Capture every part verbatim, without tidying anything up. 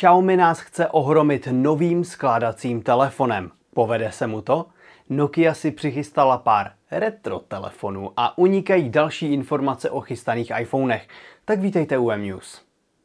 Xiaomi nás chce ohromit novým skládacím telefonem. Povede se mu to? Nokia si přichystala pár retro telefonů a unikají další informace o chystaných iPhonech. Tak vítejte u M-News.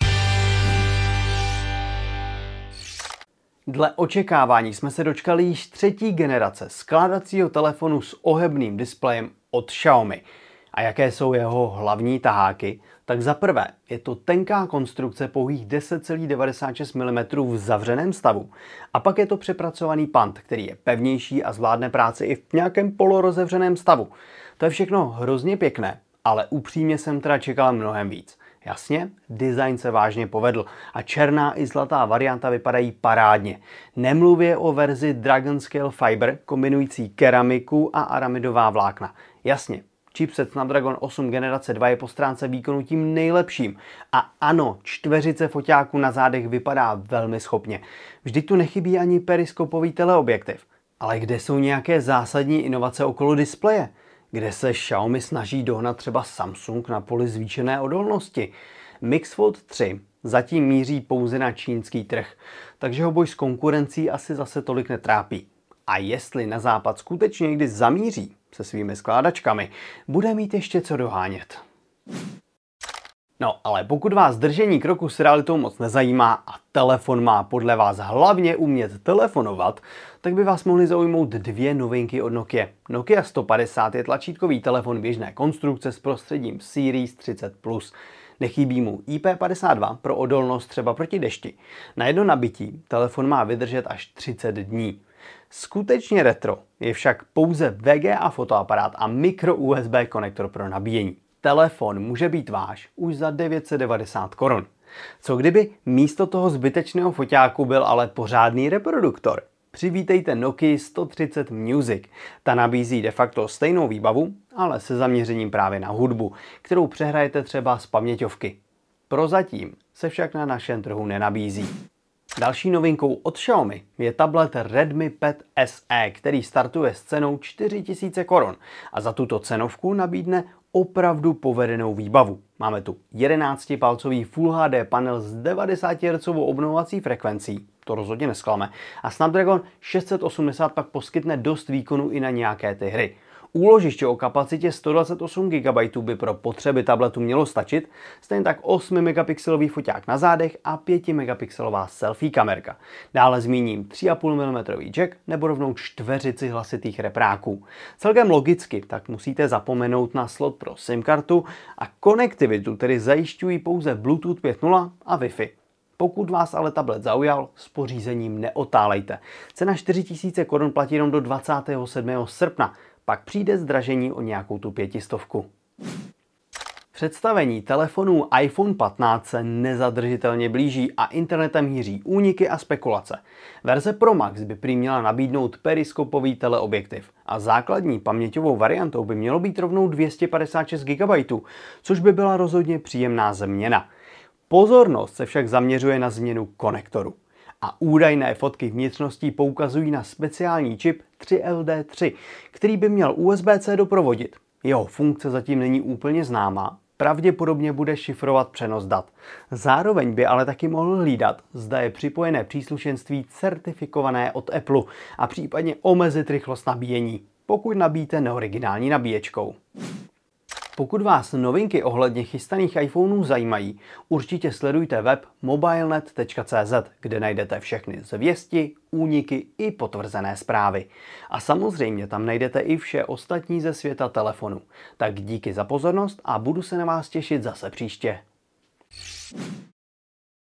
Dle očekávání jsme se dočkali již třetí generace skládacího telefonu s ohebným displejem od Xiaomi. A jaké jsou jeho hlavní taháky? Tak za prvé je to tenká konstrukce pouhých deset celá devadesát šest milimetrů v zavřeném stavu. A pak je to přepracovaný pant, který je pevnější a zvládne práci i v nějakém polorozevřeném stavu. To je všechno hrozně pěkné, ale upřímně jsem teda čekal mnohem víc. Jasně, design se vážně povedl a černá i zlatá varianta vypadají parádně. Nemluvě o verzi Dragon Scale Fiber kombinující keramiku a aramidová vlákna. Jasně, chipset Snapdragon osm generace dva je po stránce výkonu tím nejlepším. A ano, čtveřice foťáku na zádech vypadá velmi schopně. Vždyť tu nechybí ani periskopový teleobjektiv. Ale kde jsou nějaké zásadní inovace okolo displeje? Kde se Xiaomi snaží dohnat třeba Samsung na poli zvýšené odolnosti? Mix Fold tři zatím míří pouze na čínský trh, takže ho boj s konkurencí asi zase tolik netrápí. A jestli na západ skutečně někdy zamíří se svými skládačkami, bude mít ještě co dohánět. No, ale pokud vás držení kroku s realitou moc nezajímá a telefon má podle vás hlavně umět telefonovat, tak by vás mohly zaujmout dvě novinky od Nokia. Nokia sto padesát je tlačítkový telefon běžné konstrukce s prostředím Series třicet plus. Nechybí mu I P padesát dva pro odolnost třeba proti dešti. Na jedno nabití telefon má vydržet až třicet dní. Skutečně retro je však pouze V G A fotoaparát a micro U S B konektor pro nabíjení. Telefon může být váš už za devět set devadesát korun. Co kdyby místo toho zbytečného foťáku byl ale pořádný reproduktor? Přivítejte Nokia sto třicet Music. Ta nabízí de facto stejnou výbavu, ale se zaměřením právě na hudbu, kterou přehrajete třeba z paměťovky. Prozatím se však na našem trhu nenabízí. Další novinkou od Xiaomi je tablet Redmi Pad S E, který startuje s cenou čtyři tisíce korun a za tuto cenovku nabídne opravdu povedenou výbavu. Máme tu jedenáctipalcový Full H D panel s devadesáti hertzovou obnovovací frekvencí, to rozhodně nesklame, a Snapdragon šest set osmdesát pak poskytne dost výkonu i na nějaké ty hry. Úložiště o kapacitě sto dvacet osm gigabajtů by pro potřeby tabletu mělo stačit, stejně tak osm megapixelový foťák na zádech a pět megapixelová selfie kamerka. Dále zmíním tři a půl milimetru jack nebo rovnou čtveřici hlasitých repráků. Celkem logicky tak musíte zapomenout na slot pro SIM kartu a konektivitu, tedy zajišťují pouze Bluetooth pět tečka nula a Wi-Fi. Pokud vás ale tablet zaujal, s pořízením neotálejte. Cena čtyři tisíce korun platí jenom do dvacátého sedmého srpna. Pak přijde zdražení o nějakou tu pětistovku. Představení telefonů iPhone patnáct se nezadržitelně blíží a internetem hýří úniky a spekulace. Verze Pro Max by prý měla nabídnout periskopový teleobjektiv a základní paměťovou variantou by mělo být rovnou dvě stě padesát šest gigabajtů, což by byla rozhodně příjemná změna. Pozornost se však zaměřuje na změnu konektoru. A údajné fotky vnitřností poukazují na speciální čip tři L D tři, který by měl U S B C doprovodit. Jeho funkce zatím není úplně známá, pravděpodobně bude šifrovat přenos dat. Zároveň by ale taky mohl hlídat, zda je připojené příslušenství certifikované od Apple a případně omezit rychlost nabíjení, pokud nabíjíte neoriginální nabíječkou. Pokud vás novinky ohledně chystaných iPhoneů zajímají, určitě sledujte web mobilenet tečka cé zet, kde najdete všechny zvěsti, úniky i potvrzené zprávy. A samozřejmě tam najdete i vše ostatní ze světa telefonu. Tak díky za pozornost a budu se na vás těšit zase příště.